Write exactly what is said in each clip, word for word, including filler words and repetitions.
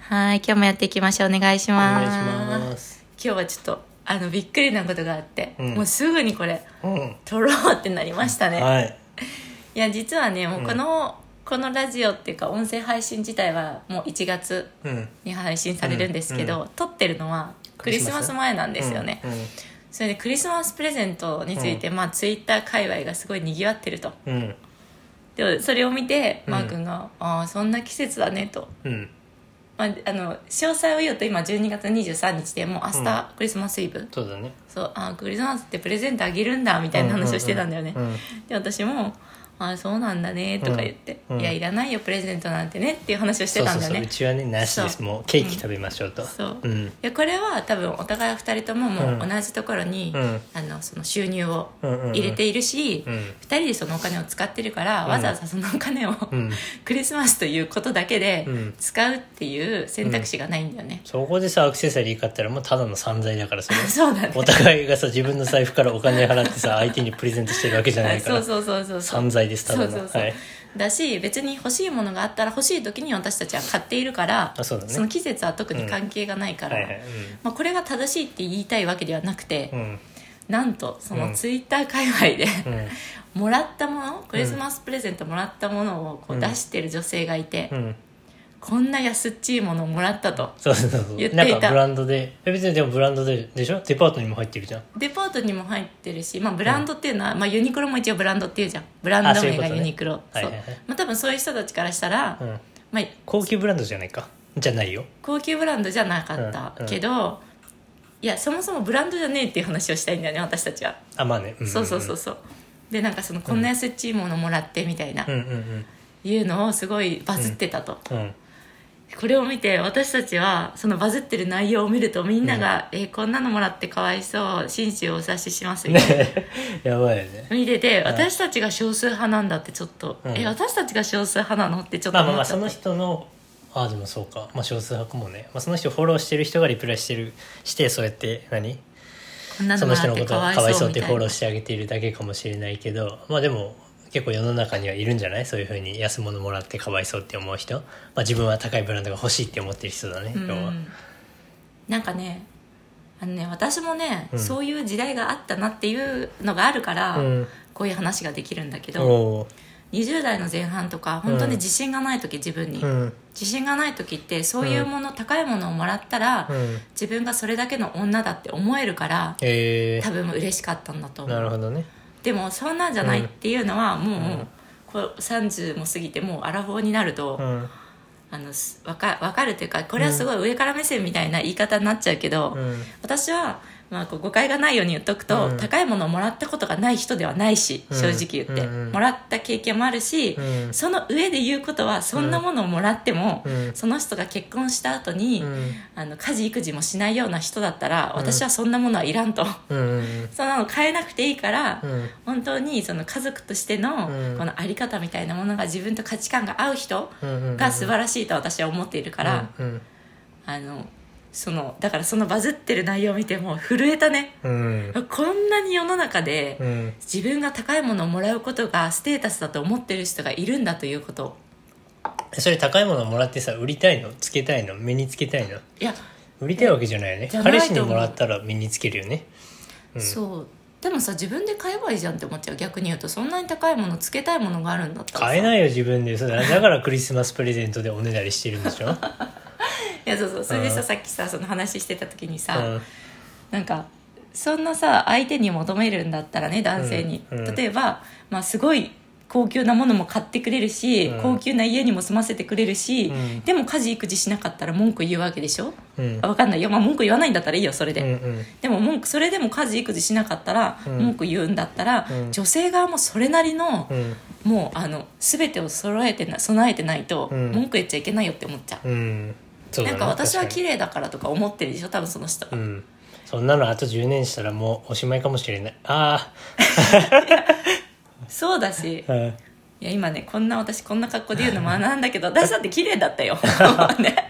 はい、今日もやっていきましょう。お願いします。 お願いします。 今日はちょっとあのびっくりなことがあって、 うん、 もうすぐにこれ、うん、撮ろうってなりましたね。 はい。 いや実はね、もうこの、うん、このラジオっていうか音声配信自体はもういちがつに配信されるんですけど、うんうん、撮ってるのはクリスマス前なんですよね。うんうん、それでクリスマスプレゼントについて、うん、まあツイッター界隈がすごい賑わってると。うん、でそれを見てマー君が、うん、ああそんな季節だねと。うん、まあ、あの詳細を言うと今じゅうにがつにじゅうさんにちでもう明日クリスマスイブ、うん、 そうだね。 そうあクリスマスってプレゼントあげるんだみたいな話をしてたんだよね、うんうんうん、で私もあそうなんだねとか言って、うんうん、いやいらないよプレゼントなんてねっていう話をしてたんだよね。 そうそうそう、うちはねなしです。もうケーキ食べましょうと、うん、そう、 うん、いやこれは多分お互いふたりとももう同じところに、うん、あのその収入を入れているし、うんうんうん、ふたりでそのお金を使ってるから、うん、わざわざそのお金を、うん、クリスマスということだけで使うっていう選択肢がないんだよね、 うん、そこでさアクセサリー買ったらもうただの散財だからそれそうだね、 お互いがさ自分の財布からお金払ってさ相手にプレゼントしてるわけじゃないからそうそうそうそう散財ですただの。そうそうそう、はい、 だし別に欲しいものがあったら欲しい時に私たちは買っているから、 あ、そうだね、 その季節は特に関係がないから、うんはいはいうんまあ、これが正しいって言いたいわけではなくて、うん、なんとそのツイッター界隈で、うん、もらったものクリスマスプレゼントもらったものをこう出してる女性がいて、うんうん、こんな安っちいものをもらったと言っていた。そうそうそう、 なんかブランドで別にでもブランドででしょ、デパートにも入ってるじゃん。 デパートにも入ってるし、まあ、ブランドっていうのは、うんまあ、ユニクロも一応ブランドっていうじゃん。ブランド名がユニクロ。そう、まあ、多分そういう人たちからしたら、うんまあ、 高級ブランドじゃないかじゃないよ。 高級ブランドじゃなかったけど、うんうん、いやそもそもブランドじゃねえっていう話をしたいんだよね私たちは。 あまあね、うんうんうん、 そうそうそうそう。でなんかそのこんな安っちいものもらってみたいな、うんうんうん、いうのをすごいバズってたと、うんうんこれを見て私たちはそのバズってる内容を見るとみんなが、うん、えー、こんなのもらってかわいそう心中をお察ししますよ、ね、 やばいよね。 見てて私たちが少数派なんだってちょっと、うん、え私たちが少数派なのってちょっと思っちゃった。まあまあまあその人のああでもそうか、まあ、少数派かもね、まあ、その人をフォローしてる人がリプライしてるしてそうやって何こんなのもらってかわいそうみたいな、その人のことをかわいそうってフォローしてあげているだけかもしれないけど、まあでも結構世の中にはいるんじゃない、そういう風に安物もらってかわいそうって思う人、まあ、自分は高いブランドが欲しいって思ってる人だね、要は。 なんかねあのね私もね、うん、そういう時代があったなっていうのがあるから、うん、こういう話ができるんだけど、にじゅう代の前半とか本当に自信がない時、自分に、うん、自信がない時ってそういうもの、うん、高いものをもらったら、うん、自分がそれだけの女だって思えるから、えー、多分嬉しかったんだと思う。 なるほどね。 でもそんなんじゃないっていうのはもう、うん、こうさんじゅうも過ぎてもうアラフォーになると、うん、あの分か、分かるというかこれはすごい上から目線みたいな言い方になっちゃうけど、うん、私は、まあ、こう誤解がないように言っとくと、うん、高いものをもらったことがない人ではないし、正直言って、うんうん、もらった経験もあるし、うん、その上で言うことはそんなものをもらっても、うん、その人が結婚した後に、うん、あの家事育児もしないような人だったら、うん、私はそんなものはいらんと、うん、そんなの変えなくていいから、うん、本当にその家族としての、うん、このあり方みたいなものが自分と価値観が合う人が素晴らしいと私は思っているから、うんうん、あのそのだからそのバズってる内容を見てもう震えたね、うん、こんなに世の中で、うん、自分が高いものをもらうことがステータスだと思ってる人がいるんだということ。 それ高いものをもらってさ売りたいの、つけたいの、目につけたいの。いや売りたいわけじゃないよね。彼氏にもらったら身につけるよね、 うん、そうでもさ自分で買えばいいじゃんって思っちゃう。逆に言うとそんなに高いものつけたいものがあるんだったら買えないよ自分で。それだからクリスマスプレゼントでおねだりしてるんでしょいやそうそう、それでさ、うん、さっきさその話してた時にさ、うん、なんかそんなさ相手に求めるんだったらね男性に、うんうん、例えば、まあ、すごい高級なものも買ってくれるし、うん、高級な家にも住ませてくれるし、うん、でも家事育児しなかったら文句言うわけでしょ、うん、分かんないよ、まあ、文句言わないんだったらいいよそれで、うんうん、でも文句それでも家事育児しなかったら、うん、文句言うんだったら、うん、女性側もそれなりの、うん、もうあの全てを揃えてな備えてないと、文句言っちゃいけないよって思っちゃう、うんそうだね、なんか私は綺麗だからとか思ってるでしょ多分その人は、うん、 そんなのあとじゅうねんしたらもうおしまいかもしれない。ああそうだし、うん、いや今ねこんな私こんな格好で言うのもなんだけど私だって綺麗だったよ、ね、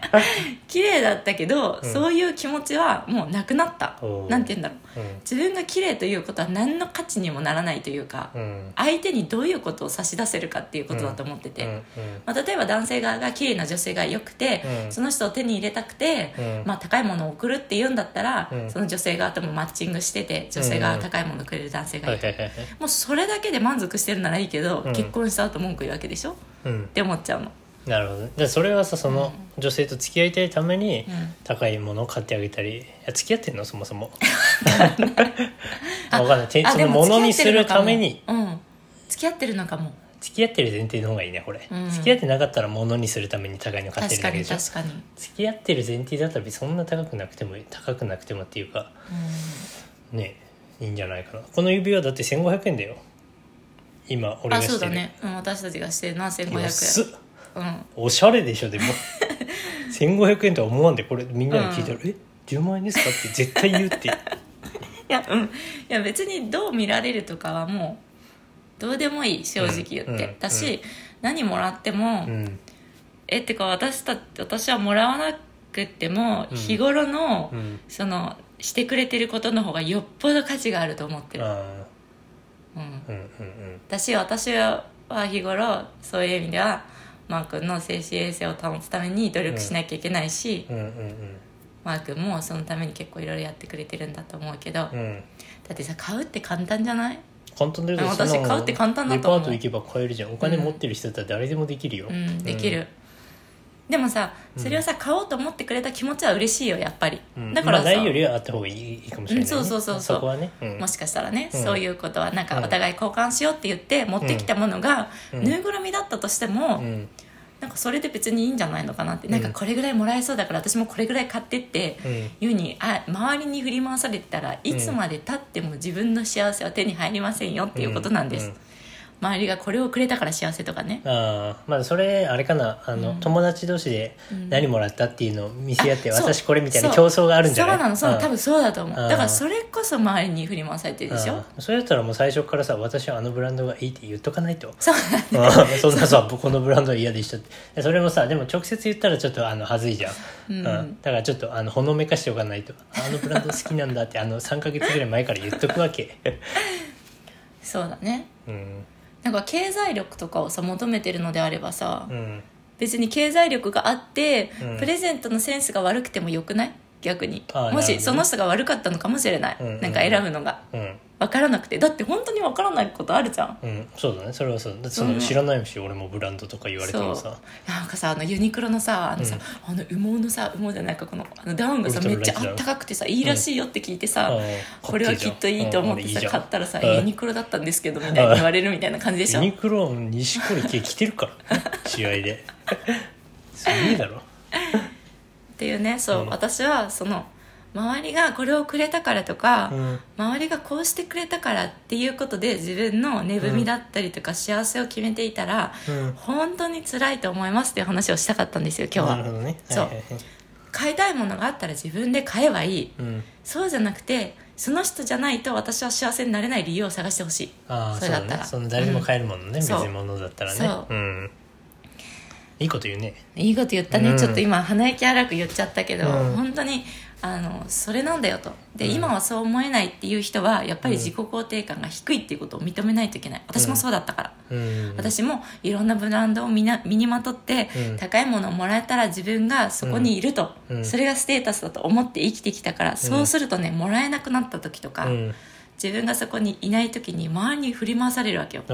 綺麗だったけど、 うん、 そういう気持ちはもうなくなった。なんて言うんだろう、 うん、 自分が綺麗ということは何の価値にもならないというか、うん、相手にどういうことを差し出せるかっていうことだと思ってて、うんうん、まあ、例えば男性側が綺麗な女性が良くて、うん、その人を手に入れたくて、うん、まあ、高いものを送るっていうんだったら、うん、その女性側ともマッチングしてて、女性側が高いものをくれる男性がいて、もうそれだけで満足してるならいいけど、うん、結婚した後文句言うわけでしょ、うん、って思っちゃうの。なるほど。 でそれはさ、その女性と付き合いたいために高いものを買ってあげたり、いや付き合ってんのそもそも分かんない。そのものにするために、 うん、付き合ってるのかも。 付き合ってる前提の方がいいねこれ、うん、付き合ってなかったらものにするために高いの買ってるだけでしょ。 確かに確かに。 付き合ってる前提だったらそんな高くなくても高くなくてもっていうか、うん、ねいいんじゃないかな。この指輪だってせんごひゃくえんだよ今俺がしてる。 あ、そうだね、うん、私たちがしてるのはせんごひゃくえん。安っ、うん、 おしゃれでしょ。でもせんごひゃくえんとは思わんで、これみんなに聞いたら、うん、えじゅうまん円ですかって絶対言うっていや、うん、いや別にどう見られるとかはもうどうでもいい、正直言って、うんうん、だし、うん、何もらっても、うん、えってか私た私はもらわなくても、うん、日頃の、うん、そのしてくれてることの方がよっぽど価値があると思ってる。あ、うんうんうんうん、だし私は日頃そういう意味ではマー君の精神衛生を保つために努力しなきゃいけないし、うんうんうんうん、マー君もそのために結構いろいろやってくれてるんだと思うけど、うん、だってさ、買うって簡単じゃない？ 簡単だよ。 私買うって簡単だと思う。 デパート行けば買えるじゃん。お金持ってる人だったら誰でもできるよ、 うんうん、できる、うん、でもさ、それをさ買おうと思ってくれた気持ちは嬉しいよやっぱり、うん、だからさ、まあ、 ないよりはあった方がいいかもしれない、ね、 うん、そうそうそうそう、 そこはね、うん、 もしかしたらね、うん、そういうことはなんかお互い交換しようって言って持ってきたものがぬいぐるみだったとしても、うん、なんかそれで別にいいんじゃないのかなって、うん、なんかこれぐらいもらえそうだから私もこれぐらい買ってっていうに、あ、周りに振り回されてたらいつまで経っても自分の幸せは手に入りませんよっていうことなんです、うんうん、周りがこれをくれたから幸せとかね。 あ、まあ、それあれかな、あの、うん、友達同士で何もらったっていうのを見せ合って、うん、私これみたいな競争があるんじゃない？ そうなの、そう、多分そうだと思う。だからそれこそ周りに振り回されてるでしょ。 それだったらもう最初からさ、私はあのブランドがいいって言っとかないと。 そうなんだ、ね、そんなさ、このブランドは嫌でしたって。それもさ、でも直接言ったらちょっとあのはずいじゃん、うんうん、だからちょっとあのほのめかしておかないと、あのブランド好きなんだってあのさんかげつぐらい前から言っとくわけそうだね、うん、なんか経済力とかをさ求めてるのであればさ、うん、別に経済力があって、うん、プレゼントのセンスが悪くてもよくない？逆にもしその人が悪かったのかもしれない、うんうんうん、なんか選ぶのが、うん、分からなくて、だって本当に分からないことあるじゃん、 うん、そうだね、それはそうだって、その知らないし、俺もブランドとか言われてもさ、 なんかさ、あのユニクロのさ、あのさ、うん、あの羽毛のさ、羽毛じゃないか、このあのダウンがさめっちゃあったかくてさ、いいらしいよって聞いてさ、うん、これはきっといいと思ってさ、いい買ったらさ、ユニクロだったんですけどみたいに言われるみたいな感じでしょ。 ユニクロ西堀家着てるから試合ですげえだろっていうね、そう、うん、私はその周りがこれをくれたからとか、うん、周りがこうしてくれたからっていうことで自分の値踏みだったりとか幸せを決めていたら、うん、本当に辛いと思いますっていう話をしたかったんですよ今日は。 なるほどね、 そう、 はいはいはい、 買いたいものがあったら自分で買えばいい、うん、そうじゃなくてその人じゃないと私は幸せになれない理由を探してほしい。 あ、 それだったらそ,、ね、その誰でも買えるものね、うん、別物だったらね。そう、うん、いいこと言うね。 いいこと言ったね、うん、ちょっと今鼻息荒く言っちゃったけど、うん、本当にあのそれなんだよと。で、うん、今はそう思えないっていう人はやっぱり自己肯定感が低いっていうことを認めないといけない。私もそうだったから、うん、私もいろんなブランドを身な身にまとって、うん、高いものをもらえたら自分がそこにいると、うん、それがステータスだと思って生きてきたから、うん、そうするとね、もらえなくなった時とか、うん、自分がそこにいない時に周りに振り回されるわけよ、うん、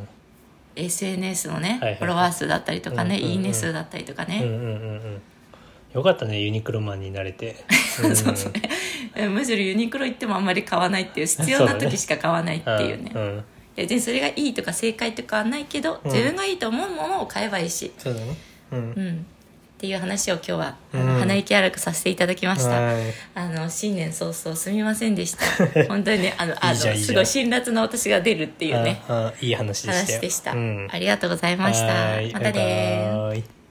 エスエヌエス のね、はいはいはい、フォロワー数だったりとかね、うんうんうん、いいね数だったりとかね、うんうんうんうん、 よかったねユニクロマンになれてそうそうね、むしろユニクロ行ってもあんまり買わないっていう、必要な時しか買わないっていうね、うん、でそれがいいとか正解とかはないけど、うん、自分がいいと思うものを買えばいいし、 そうだね、うん、うん、 っていう話を今日はあの、うん、鼻息荒くさせていただきました。あの新年早々すみませんでした本当にね、あのあのすごい辛辣な私が出るっていうね、 ああいい話でしたよ。 話でした、 うん、 ありがとうございました。またね。